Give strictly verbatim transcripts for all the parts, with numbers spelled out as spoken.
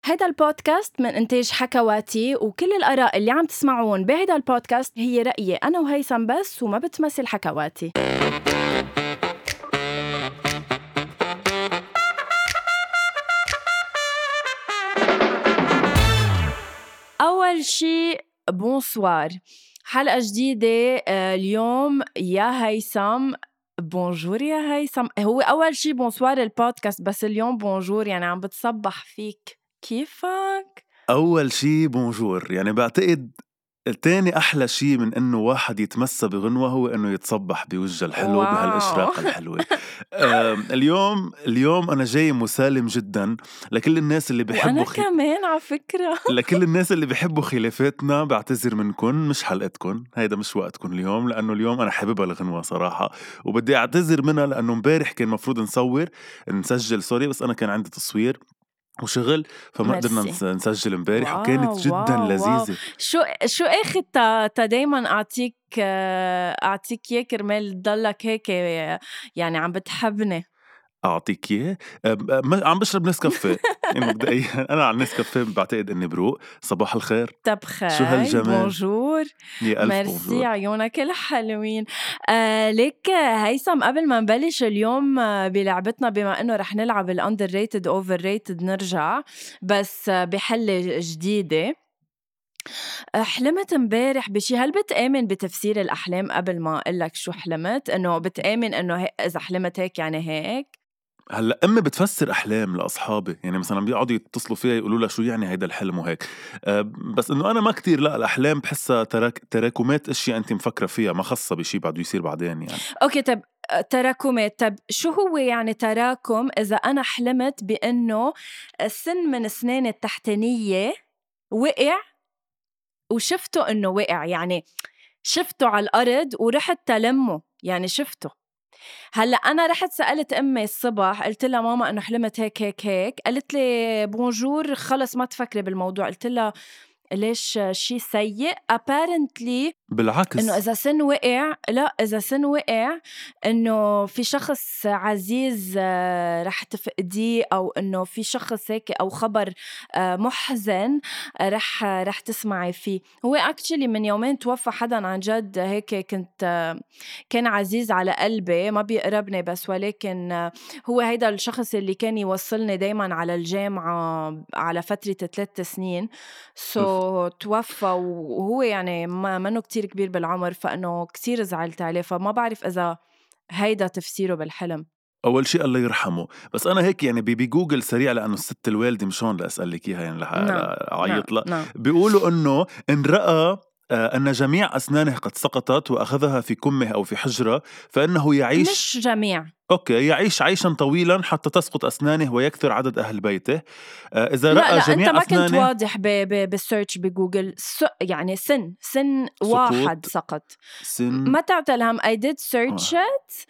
هيدا البودكاست من إنتاج حكواتي، وكل الآراء اللي عم تسمعون بهيدا البودكاست هي رأيي أنا وهيثم بس، وما بتمثل حكواتي. أول شي بونسوار، حلقة جديدة اليوم يا هيثم. بونجور يا هيثم. هو أول شي بونسوار البودكاست، بس اليوم بونجور يعني عم بتصبح فيك. كيفك؟ أول شي بونجور، يعني بعتقد التاني أحلى شي من إنه واحد يتمسى بغنوة هو إنه يتصبح بوجه الحلو بهالإشراقة الحلوة. اليوم اليوم أنا جاي مسالم جدا لكل الناس اللي بيحبوا وأنا خي... كمان على فكرة لكل الناس اللي بيحبوا خلافاتنا بعتذر منكن، مش حلقتكن، هيدا مش وقتكن اليوم، لأنه اليوم أنا حاببها الغنوة صراحة وبدي أعتذر منها، لأنه مبارح كان مفروض نصور نسجل سوري، بس أنا كان عندي تصوير وشغل فما قدرنا نسجل امبارح، وكانت جدا واو لذيذة. واو. شو شو اخذ تا, تا دايما اعطيك اعطيك اياه كرمال تضلك هيك يعني عم بتحبني. اعطيك اياه عم بشرب نسكافيه يعني مبدئيا انا على النسكافيه بعتقد اني بروق. صباح الخير. طب خير. شو هالجمال. بونجور. يا الف ميرسي بونجور. عيونك الحلوين. آه ليك هيثم، قبل ما نبلش اليوم بلعبتنا، بما انه رح نلعب الاندر ريتد اوفر ريتد نرجع بس بحلة جديدة. حلمت امبارح بشي، هل بتآمن بتفسير الأحلام؟ قبل ما أقولك شو حلمت، إنه بتآمن إنه إذا حلمت هيك يعني هيك؟ هلا امي بتفسر احلام لاصحابي، يعني مثلا بيقعدوا يتصلوا فيها يقولوا لها شو يعني هيدا الحلم وهيك. أه بس انه انا ما كتير، لا الاحلام بحسها تراك تراكمات اشياء انت مفكره فيها، ما خاصه بشي بعده يصير بعدين يعني. اوكي طب تراكمات، طب شو هو يعني تراكم؟ اذا انا حلمت بانه سن من اسنان التحتانيه وقع وشفته انه وقع، يعني شفته على الارض ورحت تلمه، يعني شفته. هلأ أنا رحت سألت أمي الصبح، قلت لها ماما أنه حلمت هيك هيك هيك، قالت لي بونجور خلص ما تفكري بالموضوع. قلت لها ليش شي سيء؟ apparently بالعكس إنه إذا سن وقع، لا إذا سن وقع إنه في شخص عزيز رح تفقديه، أو إنه في شخص هيك أو خبر محزن رح رح تسمعي فيه. هو actually من يومين توفى حدا عن جد هيك، كنت كان عزيز على قلبي، ما بيقربني بس، ولكن هو هيدا الشخص اللي كان يوصلني دايما على الجامعة على فترة ثلاث سنين. سو so, توفى، وهو يعني ما منه كتير كبير بالعمر، فأنه كتير زعلت عليه. فما بعرف إذا هيدا تفسيره بالحلم. أول شيء الله يرحمه، بس أنا هيك يعني بجوجل سريع، لأنه الست الوالدة مشان لأسألك إياها يعني لح... نعم. لأعيط نعم. لا نعم. بيقولوا إنه إن رأى أن جميع أسنانه قد سقطت وأخذها في كمه أو في حجرة فإنه يعيش. مش جميع. أوكي، يعيش عيشا طويلا حتى تسقط أسنانه ويكثر عدد أهل بيته. إذا لا رأى لا جميع أنت ما أسنانه كنت واضح ب... ب... بالسيرش بجوجل. س... يعني سن سن واحد سقط. سن ما تعطي الهم. I did search it.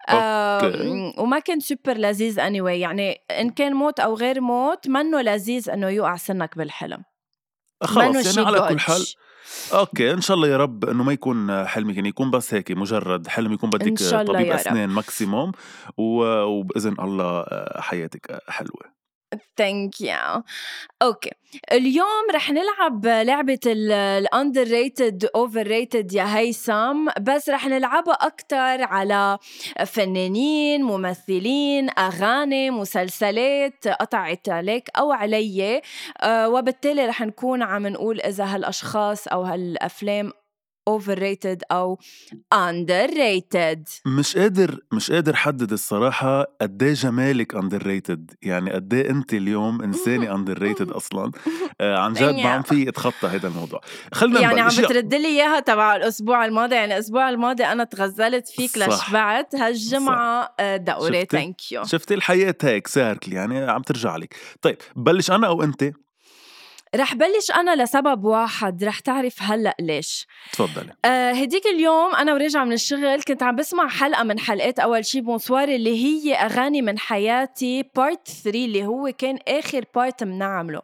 أوكي. وما كان سوبر لذيذ anyway. يعني إن كان موت أو غير موت منه لذيذ إنه يوقع سنك بالحلم. خلاص يعني على كل حال اوكي، ان شاء الله يا رب انه ما يكون حلمك، يعني يكون بس هيك مجرد حلم، يكون بدك طبيب اسنان ماكسيموم، وباذن الله حياتك حلوه. Thank you. اوكي، اليوم رح نلعب لعبة الاندر ريتد اوفر ريتد يا هيثم، بس رح نلعبها اكتر على فنانين، ممثلين، اغاني، مسلسلات قطعت عليك او علي، أه وبالتالي رح نكون عم نقول اذا هالاشخاص او هالافلام overrated أو underrated. مش قادر مش قادر حدد الصراحة قديه جمالك underrated، يعني قديه أنت اليوم إنساني underrated أصلاً. آه عن جد ما عم في أتخطى هذا الموضوع. خلنا يعني نبلش. عم بترد لي إياها تبع الأسبوع الماضي، يعني الأسبوع الماضي أنا تغزلت فيك لشبعت، هالجمعة دوري. thank you. شفتي الحياة هيك سيركل، يعني عم ترجع لك. طيب بلش أنا أو أنت؟ رح بلش أنا لسبب واحد، رح تعرف هلأ ليش. تفضلي. آه هديك اليوم أنا وراجعة من الشغل كنت عم بسمع حلقة من حلقات أول شي بونسوار اللي هي أغاني من حياتي بارت ثري، اللي هو كان آخر بارت منعمله،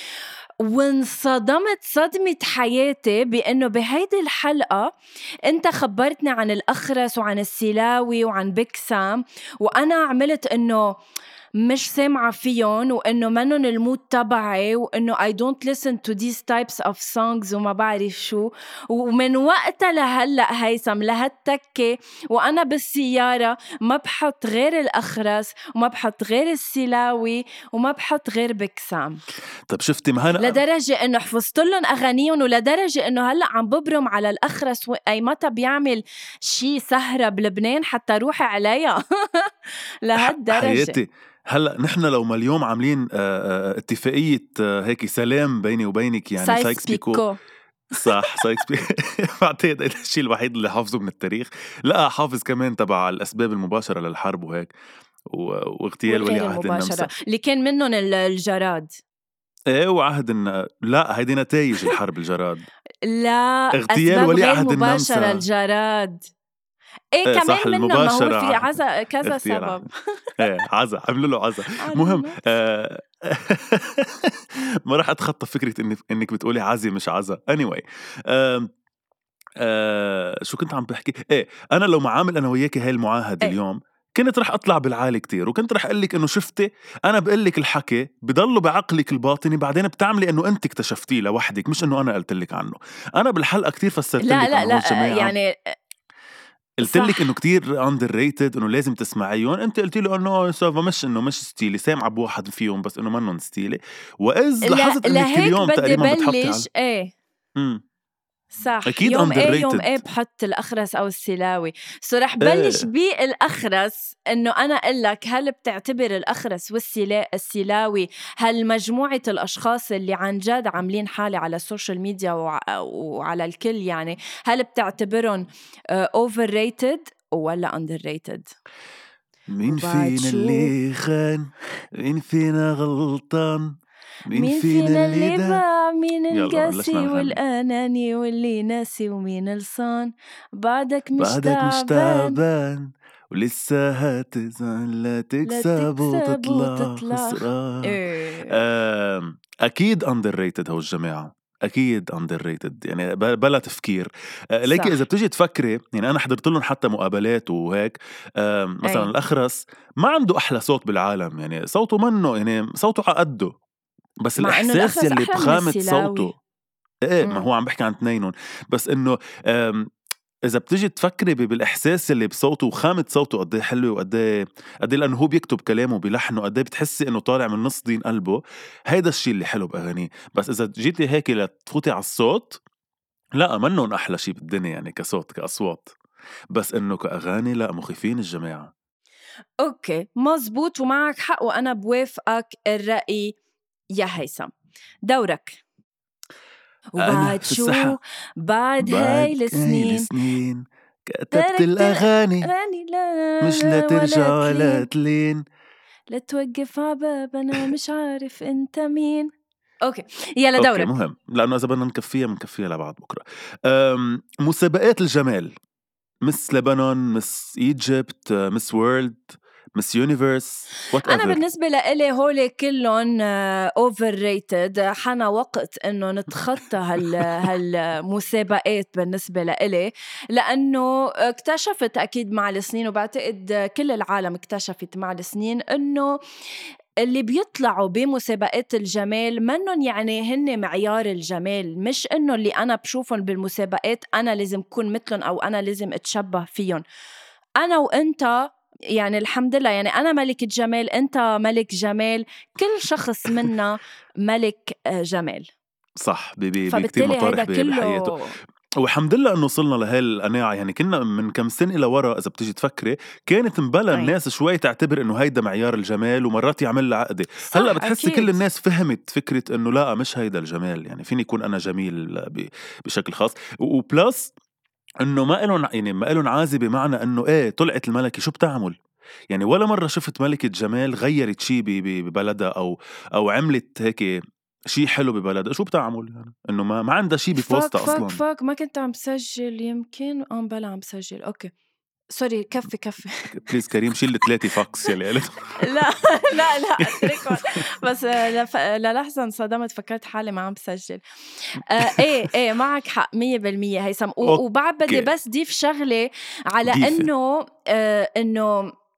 وانصدمت صدمة حياتي بأنه بهيدي الحلقة أنت خبرتني عن الأخرس وعن السلاوي وعن بكسام، وأنا عملت أنه مش سامعة فيهم وإنه منن المود تبعي وإنه I don't listen to these types of songs وما بعرف شو. ومن وقتها لهلأ هيثم لهالتكة وأنا بالسيارة ما بحط غير الأخرس وما بحط غير السلاوي وما بحط غير بكسام. طب شفتي ما هنا لدرجة إنه حفظت لهم أغانيهم ولدرجة إنه هلأ عم ببرم على الأخرس أي متى بيعمل شي سهرة بلبنان حتى روحي عليها. لهالدرجة حياتي. هلا نحن لو ما اليوم عاملين اتفاقية هيك سلام بيني وبينك يعني سايكس بيكو. صح سايكس بيكو. بعتقد هذا الشيء الوحيد اللي حافظه من التاريخ. لا حافظ كمان تبع الأسباب المباشرة للحرب وهيك واغتيال ولي عهد النمسا اللي كان منهم الجراد. ايه وعهد الن... لا هيدي نتائج الحرب الجراد. لا اغتيال ولي عهد النمسا الجراد. ايه, إيه كمان منه ما هو في عزا كذا سبب. ايه عزا عملوا له عزا. مهم آه ما راح اتخطى فكرة انك انك بتقولي عزي مش عزا. anyway آه آه شو كنت عم بحكي؟ ايه انا لو معامل انا وياكي هاي المعاهدة إيه؟ اليوم كنت رح أطلع بالعالي كتير وكنت رح أقلك إنه شفتي أنا بقلك الحكي بضله بعقلك الباطني بعدين بتعملي إنه أنت اكتشفتيه لوحدك مش إنه أنا قلتلك عنه. أنا بالحلقة كتير فسرت لا لك لا لا جماعة. يعني قلت لك إنه كتير underrated إنه لازم تسمعيون. أنت قلتي له إنه سوف مش إنه مش ستيلي سامعة بواحد فيهم بس إنه منن ستيلي. وإذ لاحظت إنك كل يوم تقريبا بتحطي على إيه مم. صح أكيد يوم underrated. ايه يوم ايه بحط الأخرس أو السلاوي. سو رح بلش إيه. بالأخرس إنه أنا أقلك هل بتعتبر الأخرس والسلاوي هل مجموعة الأشخاص اللي عن جد عاملين حالة على السوشيال ميديا وع... وعلى الكل يعني هل بتعتبرهم overrated ولا underrated؟ مين فينا اللي خان مين فينا غلطان مين, مين فينا اللي باع مين القاسي والأناني واللي ناسي ومين الصان بعدك مش بعدك تعبان مش تعبان ولسه هتزعل لا تكسب وتطلع خسران. إيه. أكيد underrated هو الجماعة أكيد underrated يعني بلا تفكير. لكن إذا بتجي تفكري يعني أنا حضرت لهم حتى مقابلات وهيك مثلا أي. الأخرس ما عنده أحلى صوت بالعالم يعني صوته منه يعني صوته عقده بس الإحساس يلي بخامة صوته إيه ما هو عم بحكي عن تنينهم بس إنه إذا بتجي تفكري بالإحساس اللي بصوته وخامة صوته قديه حلو وقديه قديه لأنه هو بيكتب كلامه بلحنه قديه بتحسي إنه طالع من نص دين قلبه. هيدا الشيء اللي حلو بأغانيه. بس إذا جيتي هيك لتفوتي على الصوت لا منهم أحلى شيء بالدنيا يعني كصوت كأصوات بس إنه كأغاني لا مخيفين الجماعة. أوكي مزبوط ومعك حق وأنا بوافقك الرأي يا هيثم. دورك. وبعد شو بعد هاي السنين سنين كتبت الأغاني مش لا ترجع ولا تلين لا توقف عبابنا مش عارف انت مين. اوكي يلا دورك. أوكي مهم لأنه إذا بدنا نكفيها منكفيها لبعض بكرة. مسابقات الجمال مس لبنان مس إيجيبت مس وورلد مس يونيفرس أنا بالنسبة لإلي هولي كلهم overrated. حان وقت إنه نتخطى هال هالمسابقات بالنسبة لإلي لأنه اكتشفت أكيد مع السنين وبعتقد كل العالم اكتشفت مع السنين إنه اللي بيطلعوا بمسابقات الجمال منن يعني هن معيار الجمال مش إنه اللي أنا بشوفهم بالمسابقات أنا لازم كون مثلهم أو أنا لازم أتشبه فيهم. أنا وإنت يعني الحمد لله يعني أنا ملكة جمال أنت ملك جمال كل شخص منا ملك جمال صح بيبي كتير مطارح بحياته والحمد لله انه وصلنا لهي القناعه. يعني كنا من كم سنه لورا اذا بتيجي تفكري كانت مبلا الناس شوي تعتبر انه هيدا معيار الجمال ومرات يعمل لها عقده. هلا بتحسي كل الناس فهمت فكره انه لا مش هيدا الجمال يعني فيني يكون انا جميل بشكل خاص وبلس انه ما إلهم يعني ما إلهم عازي بمعنى انه ايه طلعت الملكه شو بتعمل يعني ولا مره شفت ملكه جمال غيرت شيء ببلدها او او عملت هيك شيء حلو ببلدها شو بتعمل يعني انه ما ما عندها شيء بفوسطها اصلا. فاك فاك ما كنت عم سجل يمكن ام بلا عم سجل اوكي سوري كفي كفي بليز كريم شيل ثلاثة فاكس يلي قالت. لا لا لا اتركوا بس للحظة انصدمت فكرت حالي ما عم بسجل. آه ايه ايه معك حق مية بالمية هيثم. وبعد بدي بس ضيف شغلة على انه آه انه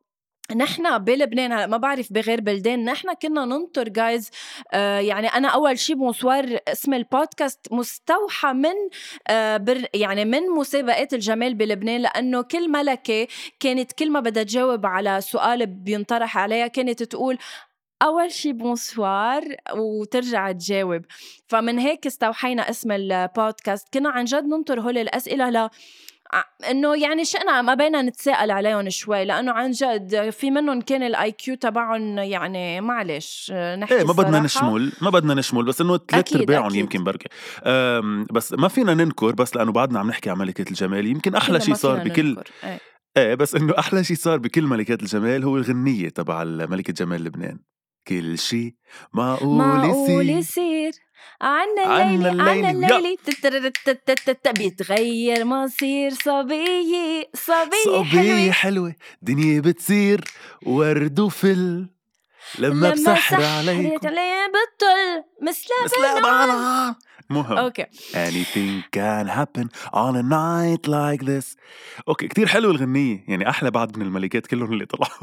نحن بلبنان هلا ما بعرف بغير بلدان نحن كنا ننطر جايز. آه يعني انا اول شي بونسوار اسم البودكاست مستوحى من آه بر يعني من مسابقات الجمال بلبنان، لانه كل ملكه كانت كل ما بدها تجاوب على سؤال بينطرح عليها كانت تقول اول شي بونسوار وترجع تجاوب. فمن هيك استوحينا اسم البودكاست. كنا عن جد ننطر هول الاسئله ل انه يعني شئنا ما بينا نتساءل عليهم شوي، لانه عن جد في منهم كان الاي كيو تبعهم يعني معلش نحكي ايه ما بدنا الصراحة. نشمل ما بدنا نشمل بس انه ثلاث أكيد ارباعهم أكيد. يمكن بركة. أم، بس ما فينا ننكر، بس لانه بعدنا عم نحكي عن ملكة الجمال. يمكن احلى أكيد شيء ما صار فينا بكل ننكر. ايه ايه بس انه احلى شيء صار بكل ملكات الجمال هو الغنية تبع ملكة جمال لبنان. كل شيء معقول معقول يصير يصير عنا عنا الليلة عنا الليلة يا الليلة تترتتتتت بيتغير مصير صبية صبية صبية حلوة حلوة دنيا بتصير ورد وفل لما لما بسحر سحرت عليكم عليها بطل مثل مثل بنان. بنان. مهم اوكي anything can happen on a night like this. اوكي كتير حلو الغنية، يعني احلى بعد من الملكات كلهم اللي طلعوا.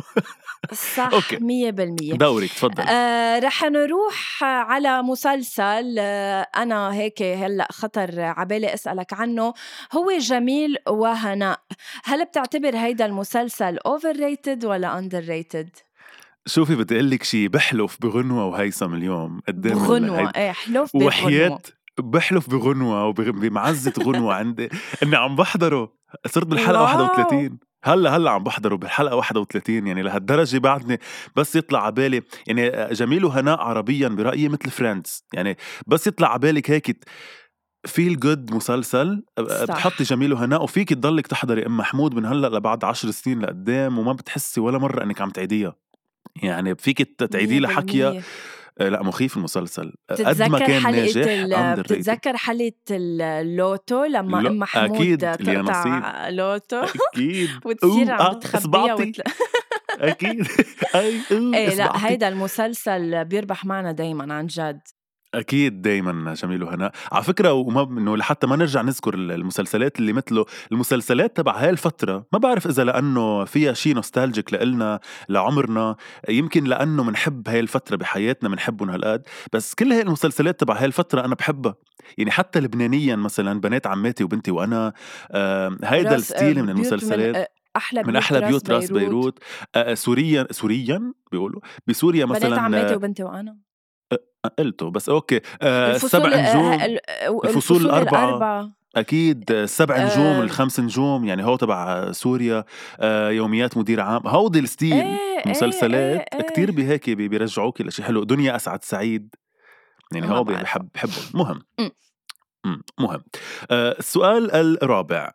صح اوكي مية بالمية. دورك تفضل. آه رح نروح على مسلسل آه أنا هيك هلأ خطر عبالي أسألك عنه، هو جميل وهناء. هل بتعتبر هيدا المسلسل overrated ولا underrated؟ شوفي بدي اقول لك شيء، بحلف بغنوة وهيثم اليوم قدام بغنوة هيدا ايه حلوف وحياة، بغنوة. بحلف بغنوة وبمعزة غنوة عندي اني عم بحضره. صرت بالحلقة واحد واو وثلاثين، هلا هلا عم بحضره بالحلقة واحد وثلاثين، يعني لهالدرجة بعدني بس يطلع عبالي. يعني جميل وهناء عربيا برأيي مثل فريندز، يعني بس يطلع عبالك هيك فيل جود مسلسل بتحطي صح جميل وهناء وفيك تضلك تحضري ام محمود من هلا لبعد عشر سنين لقدام وما بتحسي ولا مرة انك عم تعيديها. يعني فيك تعيدي مية لها حكيها. بالمية. لا مخيف المسلسل قد ما بتتذكر كان حلقة ناجح ال underrated. بتتذكر حلقة اللوتو لما لا ام محمود اكيد اللي نصيب تقطع لوتو اكيد وتصير اوه عم اه بتخبيها اصبعتي وتل... اكيد اي اوه ايه لا اصبعتي. هيدا المسلسل بيربح معنا دايما عن جد. اكيد دايما جميل وهناء على فكره. وما انه لحتى ما نرجع نذكر المسلسلات اللي مثله، المسلسلات تبع هاي الفتره ما بعرف اذا لانه فيها شيء نوستالجيك لإلنا لعمرنا، يمكن لانه منحب هاي الفتره بحياتنا منحبهم هالقد، بس كل هاي المسلسلات تبع هاي الفتره انا بحبها. يعني حتى لبنانيا مثلا بنات عماتي وبنتي وانا، آه هيدا راس الستيل من بيوت من المسلسلات. احلى من بيوت احلى راس بيوت راس بيروت. بيروت. آه سوريا سوريا بيقولوا بسوريا بنات مثلا. عماتي آه وبنتي وانا. قلته بس اوكي. آه الفصول السبع نجوم، الفصول الفصول الاربعه الاربعه. اكيد. السبع نجوم آه الخمس نجوم يعني هو تبع سوريا. آه يوميات مدير عام، هودي الستيل ايه ايه ايه مسلسلات كتير ايه بهيك بيرجعوك لشي حلو. دنيا اسعد سعيد يعني ما هو بعرفه. بحب بحبهم. مهم م. مم. مهم. آه السؤال الرابع.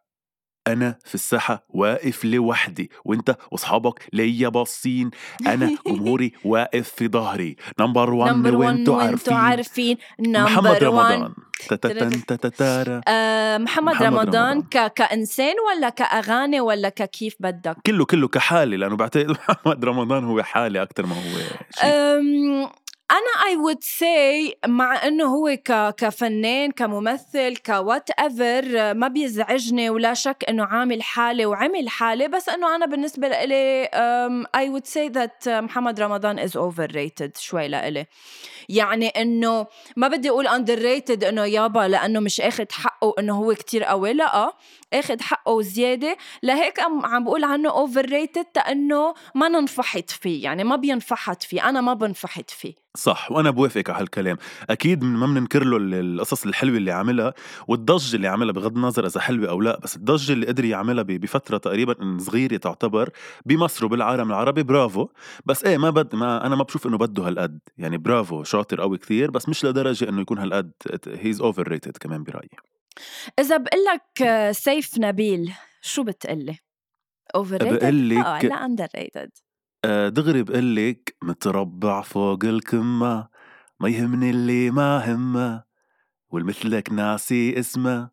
أنا في الساحة واقف لوحدي وانت واصحابك ليا باصين، أنا جمهوري واقف في ظهري نمبر وان نمبر وان وانتو وانتو عارفين. عارفين محمد نمبر وان. رمضان تتتن تتتارا. آه محمد محمد رمضان رمضان ك... كإنسان ولا كأغاني ولا ككيف بدك؟ كله كله كحالي، لأنه بعتقد محمد رمضان هو حالي أكتر ما هو شيء. أم... أنا I would say مع إنه هو ك... كفنان كممثل كوات ايفر ما بيزعجني، ولا شك إنه عامل حالة وعمل حالة، بس إنه أنا بالنسبة لإلي um, I would say that محمد رمضان is overrated شوي لإلي. يعني إنه ما بدي أقول underrated إنه يابا لأنه مش أخد حقه إنه هو كتير قوي، لا أخد حقه زيادة، لهيك عم بقول عنه overrated لأنه ما ننفحت فيه، يعني ما بينفحت فيه، أنا ما بنفحت فيه. صح وانا بوافقك على هالكلام. اكيد ما بننكر له القصص الحلوه اللي عملها والضجه اللي عملها، بغض النظر اذا حلوه او لا، بس الضجه اللي قدر يعملها بفتره تقريبا صغيره تعتبر بمصر وبالعالم العربي برافو. بس ايه ما بد ما انا ما بشوف انه بده هالقد، يعني برافو شاطر قوي كثير بس مش لدرجه انه يكون هالقد. هيز اوفر ريتد كمان برايي. إذا بقلك سيف نبيل شو بتقلي؟ overrated اه بقلك لا underrated؟ دغري بقلك متربع فوق الكمه، ما يهمني اللي ما همه والمثلك ناسي اسمه.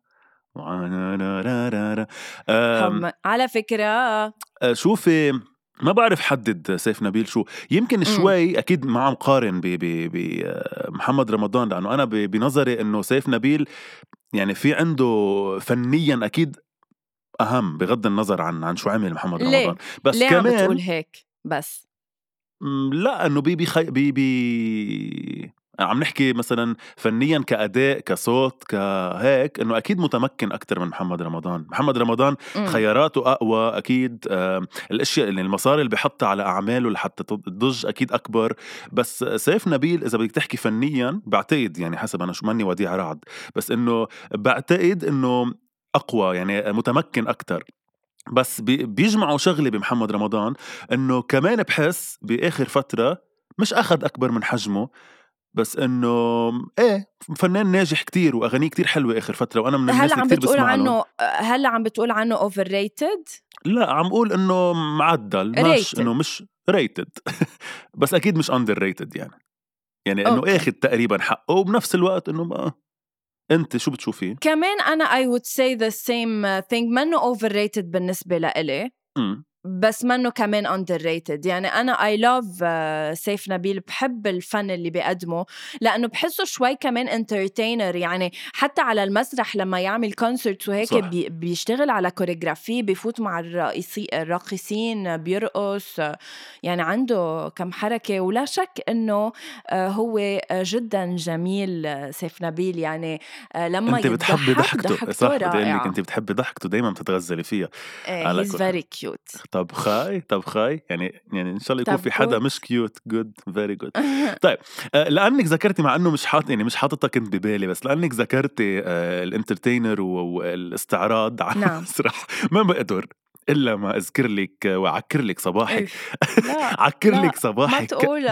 حم... على فكرة شوفي ما بعرف حدد سيف نبيل شو، يمكن م. شوي أكيد ما عم قارن بمحمد رمضان، لأنه أنا بنظري أنه سيف نبيل يعني في عنده فنيا أكيد أهم بغض النظر عن عن شو عمل محمد ليه؟ رمضان. بس ليه عم بتقول كمان هيك؟ بس؟ لا انه بي بي بي, بي عم نحكي مثلا فنيا كأداء كصوت كهيك انه اكيد متمكن اكتر من محمد رمضان. محمد رمضان م. خياراته اقوى اكيد، الاشياء اللي المصاري اللي بحطها على اعماله لحتى تضج اكيد اكبر. بس سيف نبيل اذا بدك تحكي فنيا بعتقد يعني حسب انا شو ماني وديع رعد، بس انه بعتقد انه اقوى يعني متمكن اكتر. بس بيجمعوا شغلة بمحمد رمضان انه كمان بحس باخر فترة مش اخذ اكبر من حجمه، بس انه ايه فنان ناجح كتير واغانيه كتير حلوة اخر فترة، وانا من الناس اللي كتير بسمع عنه. هل عم بتقول عنه overrated؟ لا عم قول انه معدل، مش انه مش rated بس اكيد مش underrated يعني يعني انه اخذ تقريبا حقه، وبنفس الوقت انه ما انت شو بتشوفيه؟ كمان انا I would say the same thing. منه overrated بالنسبة لإلي م. بس منه كمان underrated. يعني أنا I love uh, سيف نبيل، بحب الفن اللي بيقدمه لأنه بحسه شوي كمان entertainer. يعني حتى على المسرح لما يعمل كونسرت وهيك بي بيشتغل على كوريغرافي، بيفوت مع الراقصين بيرقص، يعني عنده كم حركة. ولا شك أنه هو جدا جميل سيف نبيل. يعني لما انت بتحبي ضحكته, ضحكته صح؟ بدي اقول لك انت بتحبي ضحكته، دايما بتتغزلي فيها. he's very cute. طب خاي طب خاي يعني يعني ان شاء الله يكون في حدا مش كيوت. جود فيري جود. طيب لانك ذكرتي، مع انه مش حاط يعني مش حاططها كنت ببالي، بس لانك ذكرتي الانترتينر والاستعراض على نعم. المسرح ما بقدر الا ما اذكر لك واعكر لك صباحك. عكر لك صباحك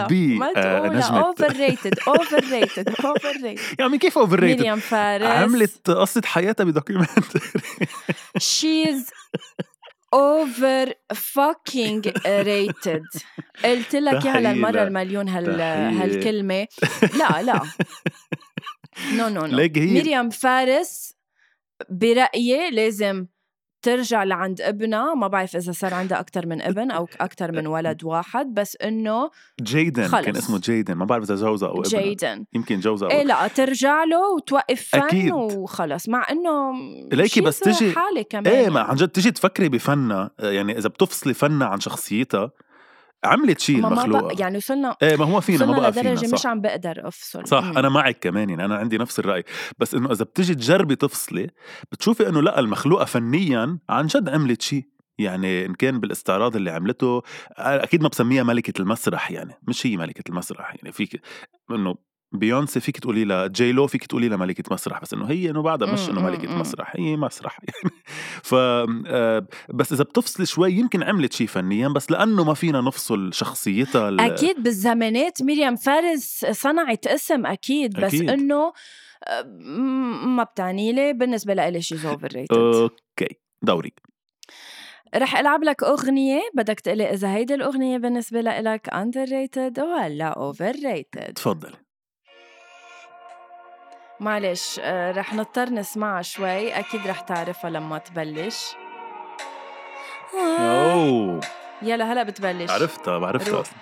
بنجمة overrated overrated overrated. يعني كيف overrated؟ ميريام فارس عملت قصة حياتها بدوكيومنتري. she's over fucking rated. قلت لك على المرة المليون هال هالكلمة. لا لا نو نو نو ميريام فارس برأيي لازم ترجع لعند ابنها. ما بعرف إذا صار عندها أكتر من ابن أو أكتر من ولد واحد، بس إنه جايدن خلص. كان اسمه جايدن، ما بعرف إذا جوزها أو ابنها. جايدن يمكن جوزها أو إيه. لا ترجع له وتوقف فن أكيد. وخلص. مع إنه ليكي بس تجي حالة كمان إيه يعني. ما عن جد تجي تفكري بفنها. يعني إذا بتفصلي فنها عن شخصيتها عملت شيء المخلوقة. يعني وصلنا ايه ما هو فينا ما بقى فينا صح. مش عم بقدر افصل. صح مم. انا معك كمان يعني انا عندي نفس الرأي. بس انه اذا بتجي تجربي تفصلي بتشوفي انه لا المخلوقة فنيا عن جد عملت شيء. يعني إن كان بالاستعراض اللي عملته أكيد ما بسميها ملكة المسرح، يعني مش هي ملكة المسرح. يعني فيك إنه بيونسي فيك تقولي لها، جاي لو فيك تقولي لها ملكة مسرح، بس إنه هي إنه بعدها مش إنه ملكة مسرح، هي مسرح يعني. ف بس إذا بتفصل شوي يمكن عملت شيء فنيا، بس لأنه ما فينا نفصل شخصيتها. أكيد بالزمانات ميريام فارس صنعت اسم أكيد, أكيد. بس إنه ما بتعني لي. بالنسبة لإلي she's overrated. أوكي دوري. رح ألعب لك أغنية، بدك تقلي إذا هيدي الأغنية بالنسبة لك underrated ولا overrated. تفضل. معلش رح نضطر نسمعها شوي، أكيد رح تعرفها لما تبلش. أوه. يلا هلأ بتبلش. عرفتها بعرفتها أصلا.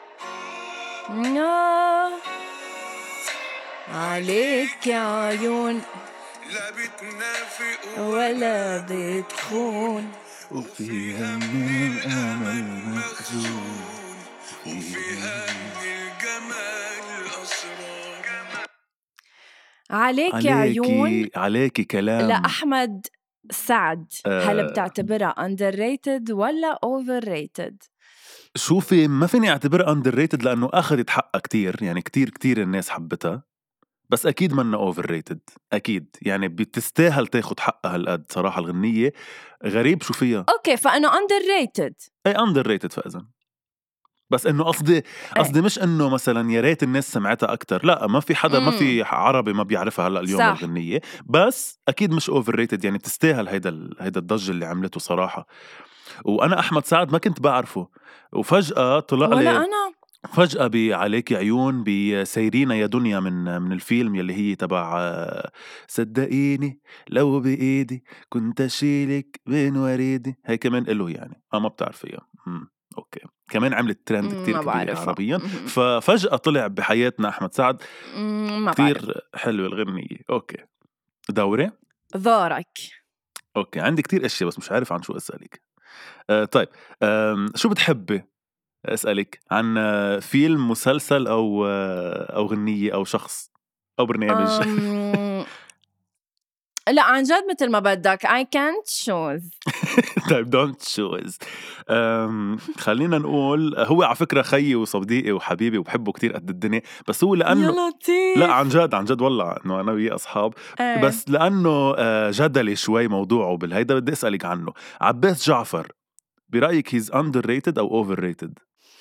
عليك يا عيون لا بتنافق ولا بتخون، وفيها من الأمل مخزون، وفيها من الجمال الأسرار. عليك, عليك يا عيون عليك كلام لأحمد سعد. آه هل بتعتبرها underrated ولا overrated؟ شوفي ما فيني اعتبرها underrated لأنه أخذت حقها كتير، يعني كتير كتير الناس حبتها، بس أكيد منها overrated أكيد. يعني بتستاهل تاخد حقها هالقد صراحة. الغنية غريب شو فيها. أوكي فأنا underrated. أي underrated فإذن. بس إنه قصدي قصدي مش إنه مثلا يا ريت الناس سمعتها أكتر، لا ما في حدا مم. ما في عربي ما بيعرفها هلا اليوم الغنية، بس أكيد مش overrated. يعني تستاهل هيدا هيدا الضج اللي عملته صراحة. وأنا أحمد سعد ما كنت بعرفه، وفجأة طلع لي ولا أنا فجأة بعليك عيون بسيرينا يا دنيا من من الفيلم يلي هي تبع صدقيني لو بإيدي كنت أشيلك بين وريدي. هاي كمان إله يعني أه ما بتعرفيها. أوكي كمان عملت ترند كتير كبير عربيا. ففجأة طلع بحياتنا أحمد سعد كتير حلوة الغنية. أوكي دوري ظهرك. أوكي عندي كتير أشياء بس مش عارف عن شو أسألك. أه طيب أه شو بتحبي أسألك عن فيلم، مسلسل أو أو غنية أو شخص أو برنامج. أم... لا عن جد مثل ما بدك. I can't choose. طيب don't choose. أم... خلينا نقول هو على فكرة خيي وصديقي وحبيبي وبحبه كتير قد الدنيا، بس هو لأنه يا لطيف. لا عن جد عن جد والله إنه أنا وياه أصحاب. ايه. بس لأنه جدلي شوي موضوعه بالهيدا بدي أسألك عنه. عباس جعفر برأيك he's underrated أو overrated؟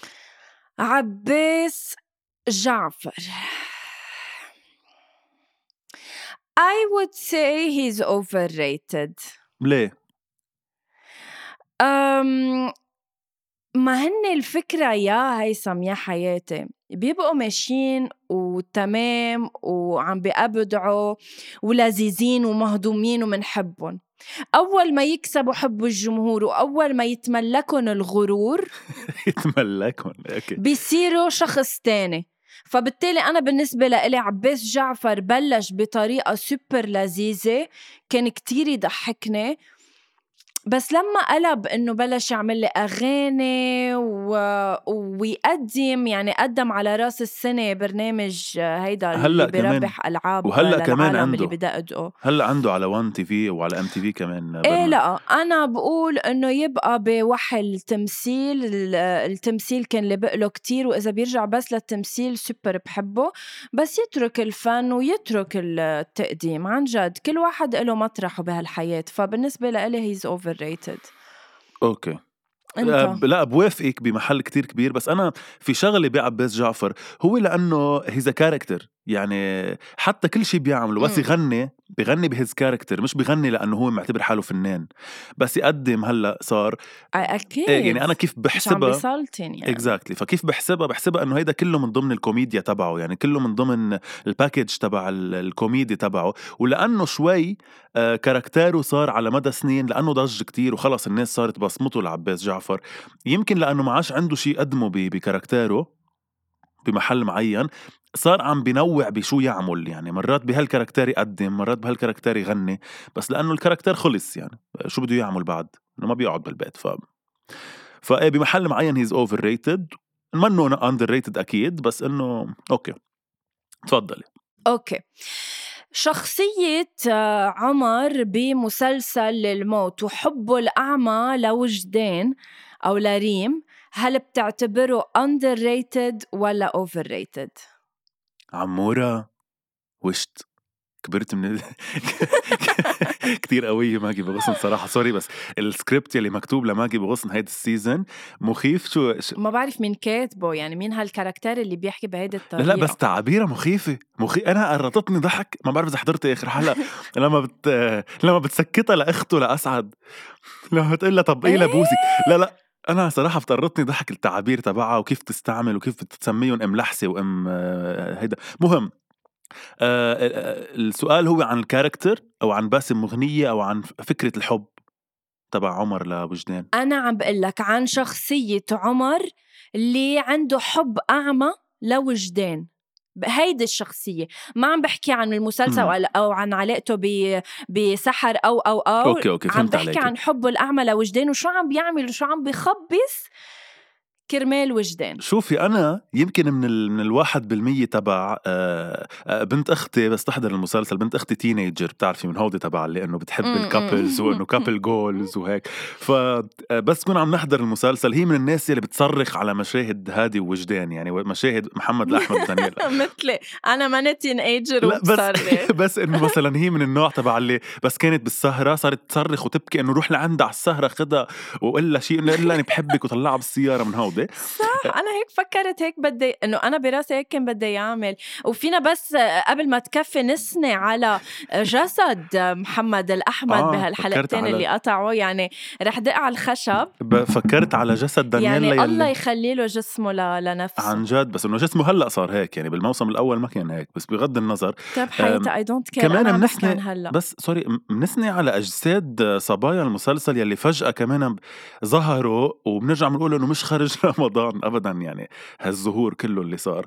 عباس جعفر I would say he's overrated. ليه؟ أم ما هن الفكرة يا هيثم يا حياتي بيبقوا ماشيين وتمام وعم بيأبدعوا ولذيذين ومهضومين ومنحبهم، أول ما يكسبوا حب الجمهور وأول ما يتملكن الغرور يتملكن اوكي بيصيروا شخص تاني. فبالتالي أنا بالنسبة لإلي عباس جعفر بلش بطريقة سوبر لذيذة كان كتير يضحكني، بس لما قلب إنه بلش يعمل لي أغاني و... ويقدم يعني قدم على راس السنة برنامج هيدا اللي بيربح ألعاب وهلأ كمان عنده اللي بدأدقه هلأ عنده على وان تي في وعلى ام تي في كمان برنامج. إيه لا أنا بقول إنه يبقى بوحي التمثيل. التمثيل كان لبقله كتير، وإذا بيرجع بس للتمثيل سوبر بحبه، بس يترك الفن ويترك التقديم. عن جد كل واحد له مطرحه بهالحياة، فبالنسبة لإلي he's overrated. أوكي انت. لا بوافقك بمحل كتير كبير، بس أنا في شغلة بعباس جعفر هو لأنه he's a character، يعني حتى كل شي بيعمله بس يغني بيغني بهز كاركتر، مش بيغني لأنه هو معتبر حاله فنان بس يقدم. هلا صار أكيد إيه يعني أنا كيف بحسبها يعني. exactly. فكيف بحسبها بحسبها أنه هيدا كله من ضمن الكوميديا تبعه، يعني كله من ضمن الباكيج تبع الكوميدي تبعه، ولأنه شوي آه كاركتره صار على مدى سنين لأنه ضج كتير وخلص الناس صارت بصمته لعباس جعفر، يمكن لأنه ما عاش عنده شي قدمه بكاركتره بمحل معين، صار عم بينوع بشو يعمل، يعني مرات بهالكاركتر يقدم، مرات بهالكاركتر يغني، بس لأنه الكاركتر خلص يعني شو بده يعمل بعد، إنه ما بيقعد بالبيت. ف فإيه بمحل معين he's overrated، منه underrated أكيد، بس إنه أوكي. تفضلي. أوكي. شخصية عمر بمسلسل الموت وحبه الأعمى لوجدان أو لريم، هل بتعتبره underrated ولا overrated؟ عمورة وشت كبرت من كتير قوية ماجي بغصن صراحة، سوري بس السكريبت يلي مكتوب لماجي بغصن هيدا السيزن مخيف. شو ما بعرف مين كاتبه، يعني مين هالكاركتر اللي بيحكي بهيدا الطريقة. لا لا بس تعابيرها مخيفة مخي أنا قرطتني ضحك. ما بعرف إذا حضرت آخر حلقة لما بت لما بتسكتها لأخته لأسعد لما بتقول لها طب إيه لبوسك، لا لا أنا صراحة بتقرطني ضحك التعابير تبعها وكيف تستعمل وكيف بتسميهم أم لحسة وأم هيدا. مهم آه السؤال هو عن الكاركتر أو عن باسم مغنية أو عن فكرة الحب تبع عمر لوجدان؟ أنا عم بقلك عن شخصية عمر اللي عنده حب أعمى لوجدان، هيدي الشخصية. ما عم بحكي عن المسلسل م. أو عن علاقته بسحر أو أو أو أوكي أوكي عم بحكي عليكي. عن حبه الأعمى لوجدان وشو عم بيعمل وشو عم بيخبص كرمال وجدان. شوفي أنا يمكن من ال... من الواحد بالمية تبع آه... آه... بنت أختي بس تحضر المسلسل، بنت أختي تينيجر بتعرفي من هودي تبع اللي إنه بتحب الكابلز وإنه كابل جولز وهيك، فبس كون عم نحضر المسلسل هي من الناس اللي بتصرخ على مشاهد هادي ووجدان، يعني مشاهد محمد الأحمد ودانيال مثلي أنا ما تينيجر وبصرخ بس إنه مثلا هي من النوع تبع اللي بس كانت بالسهرة صارت تصرخ وتبكي إنه روح لعندها على السهرة خدها وقلها شيء إنه إلا أنا بحبك وطلعها بالسيارة من هودي. صح أنا هيك فكرت هيك بدي إنه أنا براسي هيك كان بدي يعمل. وفينا بس قبل ما تكفي نسني على جسد محمد الأحمد آه بهالحلقتين على... اللي قطعوا، يعني رح دق على الخشب. فكرت على جسد دانيال يعني الله يخلي له جسمه ل... لنفسه عن جد، بس إنه جسمه هلأ صار هيك، يعني بالموسم الأول ما كان هيك، بس بغض النظر طيب حياتي I don't care. كمان أنا منسني هلأ بس سوري منسني على أجساد صبايا المسلسل يلي فجأة كمان ظهروا وبنرجع بنقول إنه مش خارج رمضان أبدا، يعني هالظهور كله اللي صار.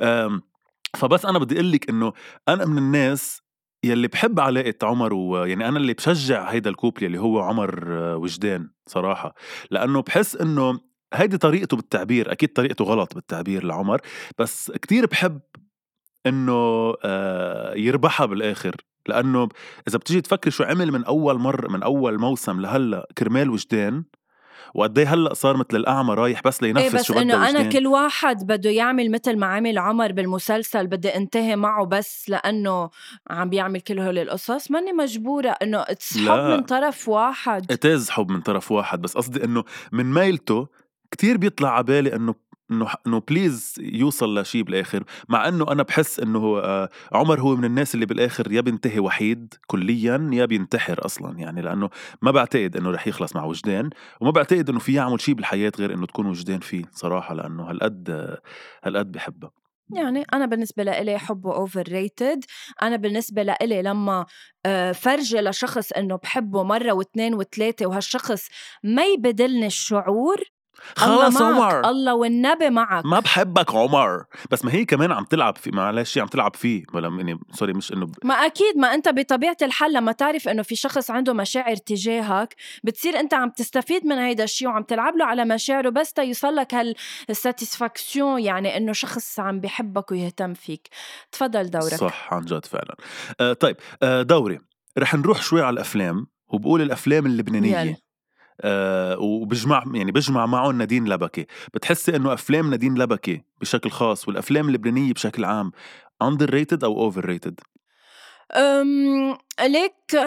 فبس أنا بدي أقولك إنه أنا من الناس يلي بحب علاقة عمر، ويعني أنا اللي بشجع هيدا الكوبل اللي هو عمر وجدان صراحة، لأنه بحس إنه هيدي طريقته بالتعبير، أكيد طريقته غلط بالتعبير لعمر، بس كتير بحب إنه آه يربحها بالآخر، لأنه إذا بتيجي تفكر شو عمل من أول مرة من أول موسم لهلأ كرمال وجدان، وقديه هلأ صار مثل الأعمى رايح بس ايه لينفذ بس شو بده انه انا وجدان. كل واحد بده يعمل مثل ما عمل عمر بالمسلسل بدي انتهي معه بس لانه عم بيعمل كل هول القصص. ماني مجبورة انه تسحب من لا طرف واحد. اتاز حب من طرف واحد، بس قصدي إنه من مايلته كتير بيطلع عبالي إنه إنه إنه بليز يوصل لشي بالآخر، مع إنه أنا بحس إنه آه عمر هو من الناس اللي بالآخر يا بينتهي وحيد كليا يا بينتحر أصلا، يعني لأنه ما بعتقد إنه رح يخلص مع وجدان، وما بعتقد إنه في يعمل شي بالحياة غير إنه تكون وجدان فيه صراحة، لأنه هالقد آه هالقد بحبه. يعني أنا بالنسبة لإلي حبه overrated. أنا بالنسبة لإلي لما آه، فرجي لشخص إنه بحبه مرة واثنين وثلاثة وهالشخص ما يبدلني الشعور، الله خلص معك، عمر الله والنبي ما معك. بحبك عمر، بس ما هي كمان عم تلعب في معلش عم تلعب فيه، ولا يعني سوري مش إنه ب... ما أكيد، ما أنت بطبيعة الحال لما تعرف إنه في شخص عنده مشاعر تجاهك بتصير أنت عم تستفيد من هيدا الشيء وعم تلعب له على مشاعره بس تيوصلك هالساتيسفاكسيون، يعني إنه شخص عم بيحبك ويهتم فيك. تفضل دورك. صح عن جد فعلا. آه طيب آه دوري، رح نروح شوي على الأفلام، وبقول الأفلام يلا. اللبنانية. آه وبجمع يعني بجمع معهم نادين لبكي. بتحسي إنه أفلام نادين لبكي بشكل خاص والأفلام اللبنانية بشكل عام underrated أو overrated؟ أم ليك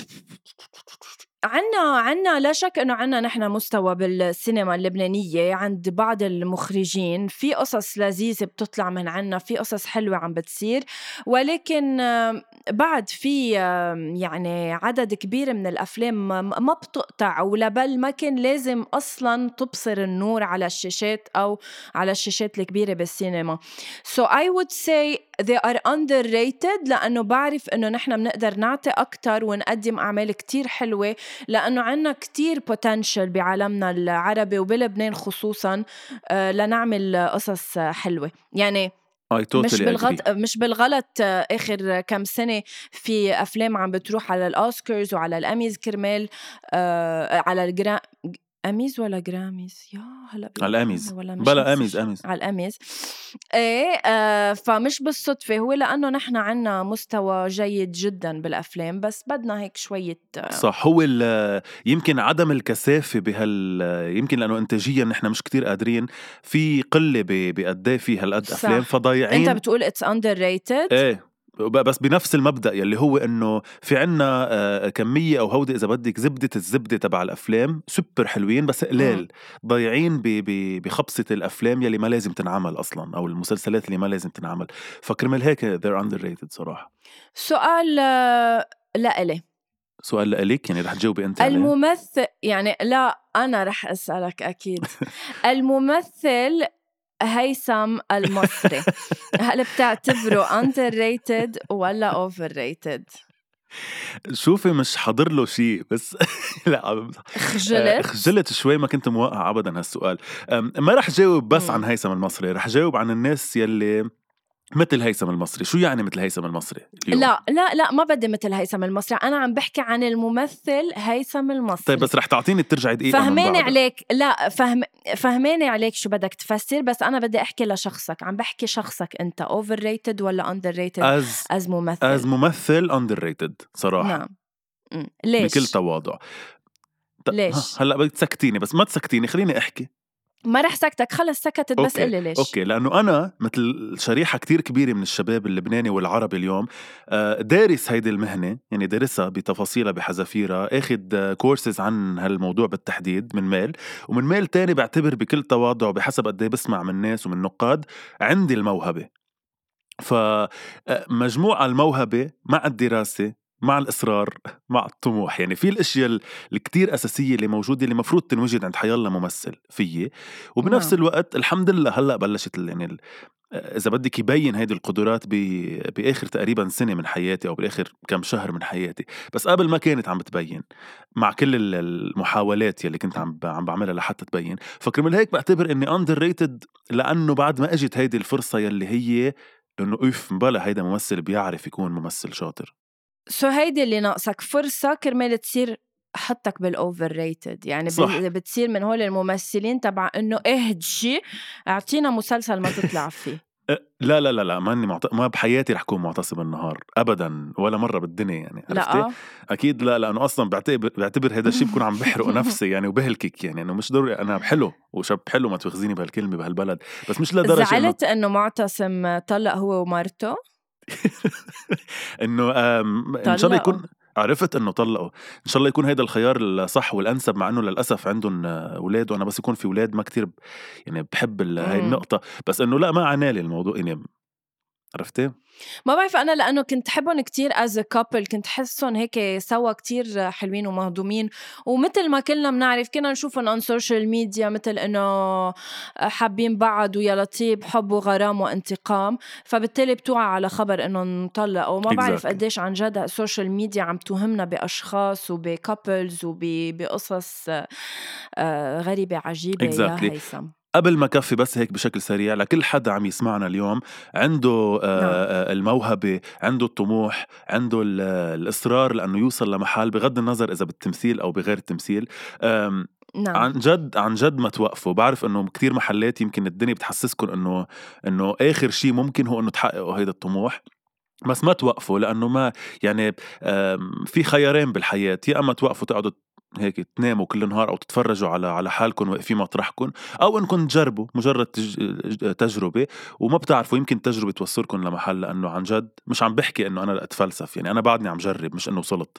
عنا عنا لا شك إنه عنا نحن مستوى بالسينما اللبنانية عند بعض المخرجين، في قصص لذيذة بتطلع من عنا، في قصص حلوة عم بتصير، ولكن آم، بعد في آم، يعني عدد كبير من الأفلام ما ما بتقطع ولا بل ما كان لازم أصلاً تبصر النور على الشاشات أو على الشاشات الكبيرة بالسينما. So I would say they are underrated، لأنه بعرف إنه نحن بنقدر نعطي أكتر ونقدم أعمال كتير حلوة، لأنه عنا كتير potential بعالمنا العربي وبلبنان خصوصاً آه، لنعمل قصص حلوة. يعني I مش totally agree. بالغلط مش بالغلط آه، آخر كم سنة في أفلام عم بتروح على الأوسكارز وعلى الأميز كرمال آه على الجرا أميز ولا جراميز يا هلا على الأميز، ولا مش بلا نفس أميز الشيء أميز على الأميز. ايه آه فمش بالصدفة، هو لأنه نحن عنا مستوى جيد جدا بالأفلام بس بدنا هيك شوية آه صح. هو ال- يمكن عدم الكثافة بهال يمكن لأنه إنتاجيا نحن مش كتير قادرين، في قلة ب- بقديه في هالقد أفلام صح. أنت فضايعين. بتقول it's underrated. ايه ب- بس بنفس المبدأ يلي هو انه في عنا آه، كمية او هودة اذا بدك زبدة الزبدة تبع الافلام سوبر حلوين بس مم. قلال ضايعين ب- ب- بخبصة الافلام يلي ما لازم تنعمل اصلا او المسلسلات اللي ما لازم تنعمل، فكرمال هيك they're underrated صراحة. سؤال آه لإلي. سؤال لإلك يعني رح تجاوبي انت عليه. الممثل يعني لا أنا رح أسألك أكيد. الممثل هيثم المصري هل بتعتبره underrated ولا overrated؟ شوفي مش حاضر له شيء بس لا بمزح. آه، خجلت؟ خجلت شوي، ما كنت موقع ابدا هالسؤال. أم، ما رح جاوب بس عن مم. هيثم المصري، رح جاوب عن الناس يلي مثل هيثم المصري. شو يعني مثل هيثم المصري اليوم؟ لا لا لا ما بدي مثل هيثم المصري، أنا عم بحكي عن الممثل هيثم طيب المصري. بس رح تعطيني ترجعي دقيقة من فهماني بعدها. عليك، لا فهم فهماني عليك شو بدك تفسر، بس أنا بدي أحكي لشخصك، عم بحكي شخصك أنت overrated ولا underrated as as as ممثل. ممثل underrated صراحة. نعم. مم. بكل ليش؟ تواضع. ط- ها، ليش؟ هلا بدك تسكتيني بس ما تسكتيني، خليني احكي. ما رح سكتك، خلص سكتت بس اوكي قلي ليش. اوكي لانه انا مثل شريحه كتير كبيره من الشباب اللبناني والعربي اليوم آه، دارس هيدي المهنه، يعني دارسها بتفاصيلها بحذافيرها، اخذ كورسز عن هالموضوع بالتحديد من ميل، ومن ميل تاني بعتبر بكل تواضع بحسب قد ايه بسمع من ناس ومن نقاد عندي الموهبه. فمجموعة الموهبة مع الدراسة مع الإصرار مع الطموح، يعني في الأشياء الكتير أساسية اللي موجودة اللي مفروض تنوجد عند حيالله ممثل فيه، وبنفس نعم. الوقت الحمد لله هلأ بلشت ال- يعني ال- إذا بدك يبين هيدي القدرات ب- بآخر تقريبا سنة من حياتي أو بآخر كم شهر من حياتي، بس قبل ما كانت عم بتبين مع كل ال- المحاولات يلي كنت عم ب- عم بعملها لحتى تبين. فكرمال هيك بعتبر إني underrated، لأنه بعد ما أجت هيدي الفرصة يلي هي إنه أوف مبلا هيدا ممثل بيعرف يكون ممثل شاطر. سو هيدي اللي ناقصك، فرصة كرمال تصير حطك بالأوفر ريتد يعني صح. بتصير من هول الممثلين تبع إنه اهدشي اعطينا مسلسل ما تطلع فيه. لا لا لا لا ماني معت... ما بحياتي رح كون معتصم النهار ابدا ولا مره بالدنيا يعني عرفتي لا اكيد لا لانه اصلا بعتبر بعتبر هذا الشيء بكون عم بحرق نفسي يعني وبهلكك يعني انه مش ضروري انا حلو وشاب حلو ما تخزيني بهالكلمه بهالبلد بس مش لدرجه زعلت انه معتصم طلق هو ومرته انه ان شاء الله يكون عرفت انه طلقوا ان شاء الله يكون هيدا الخيار الصح والانسب مع انه للاسف عندهم اولاد وانا بس يكون في اولاد ما كتير يعني بحب هاي النقطه بس انه لا ما عنالي الموضوع يعني عرفتي ما بعرف أنا لأنه كنت حبهم كتير as a couple كنت حسهم هيك سوا كتير حلوين ومهضومين ومثل ما كلنا منعرف كنا نشوفهم on social media مثل إنه حابين بعض ويا لطيب حب وغرام وانتقام فبالتالي بتوعى على خبر إنه نطلقوا وما بعرف قديش عن جد السوشيال ميديا عم توهمنا بأشخاص وبكابلز وبقصص غريبة عجيبة exactly. يا هيثم قبل ما كفي بس هيك بشكل سريع لكل حدا عم يسمعنا اليوم عنده آه الموهبة عنده الطموح عنده الإصرار لأنه يوصل لمحل بغض النظر إذا بالتمثيل أو بغير التمثيل نعم. عن جد عن جد ما توقفوا بعرف انه كتير محلات يمكن الدنيا بتحسسكم انه انه اخر شيء ممكن هو انه تحققوا هيدا الطموح بس ما توقفوا لانه ما يعني في خيارين بالحياة يا اما توقفوا تقعدوا هيك تناموا كل نهار أو تتفرجوا على على حالكم واقفين مطرحكم أو إنكم تجربوا مجرد تج... تجربة وما بتعرفوا يمكن تجربة توصلكم لمحل لأنه عن جد مش عم بحكي إنه أنا أتفلسف يعني أنا بعدني عم جرب مش إنه وصلت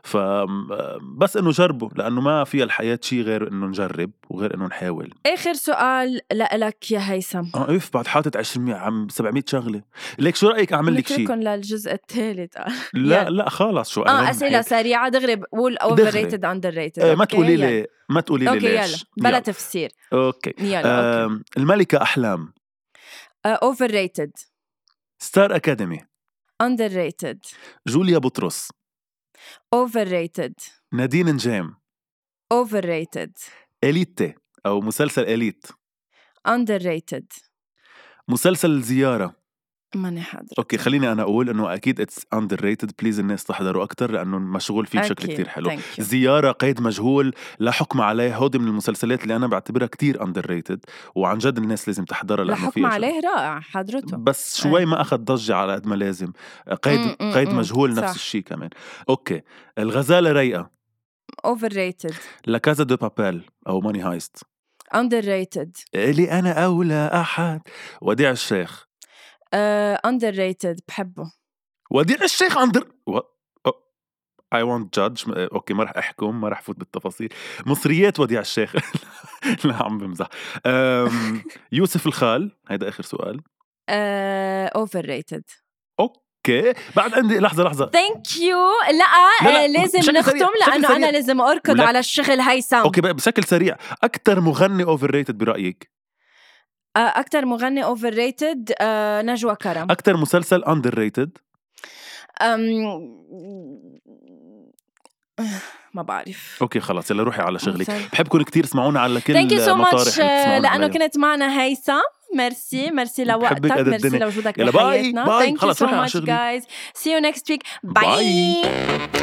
فبس إنه جربوا لأنه ما فيها الحياة شيء غير إنه نجرب وغير إنه نحاول. آخر سؤال لك يا هيثم. آه إف بعد حاطط عشرين عم سبعمية شغلة ليك شو رأيك أعمل لك شيء؟ نتركن للجزء الثالث. لا لا خلاص شو آه أسئلة سريعة دغري بقول overrated underrated. ايه ما تقولي لي ما تقولي لي أوكي ليش يلا بلا يلا. تفسير اوكي يلا أوكي. الملكة أحلام uh, overrated. ستار أكاديمي underrated. جوليا بطرس overrated. نادين نجام overrated. إليتي أو مسلسل إليت underrated. مسلسل الزيارة ماني حاضر. اوكي خليني انا اقول انه اكيد اتس underrated بليز الناس تحضروا اكتر لانه مشغول فيه بشكل كتير حلو. زيارة قيد مجهول لا حكم عليه هودي من المسلسلات اللي انا بعتبرها كتير underrated وعن جد الناس لازم تحضرها لانه لا حكم عليه رائع حضرته بس شوي ما اخذ ضجة على قد ما لازم. قيد م- م- قيد مجهول نفس الشيء كمان. اوكي الغزالة رايقة overrated. لا كازا دو بابيل او ماني هايست underrated. اللي انا اولى احد. وديع الشيخ Uh, underrated بحبه. وديع الشيخ أندر و... oh. I won't judge. أوكي ما رح أحكم ما رح فوت بالتفاصيل. مصريات وديع الشيخ لا عم بمزح. يوسف الخال هيدا آخر سؤال. uh, overrated. اوكي بعد عندي لحظه لحظه ثانك يو. لا, لا, لا لازم نختم لانه انا لازم اركض ولا... على الشغل هيثم. اوكي بشكل سريع اكثر مغني اوفر ريتد برايك؟ أكتر مغني أوفر ريتد أه نجوى كرم. أكتر مسلسل أندر ريتد؟ ما بعرف. أوكي خلاص يلا روحي على شغلك. بحبكم كتير اسمعونا على كل so مطارح لأنه كنت معنا هيثم. ميرسي ميرسي لوقتك ميرسي لوجودك بحياتنا. باي باي Thank you so much guys. See you next week. Bye, bye.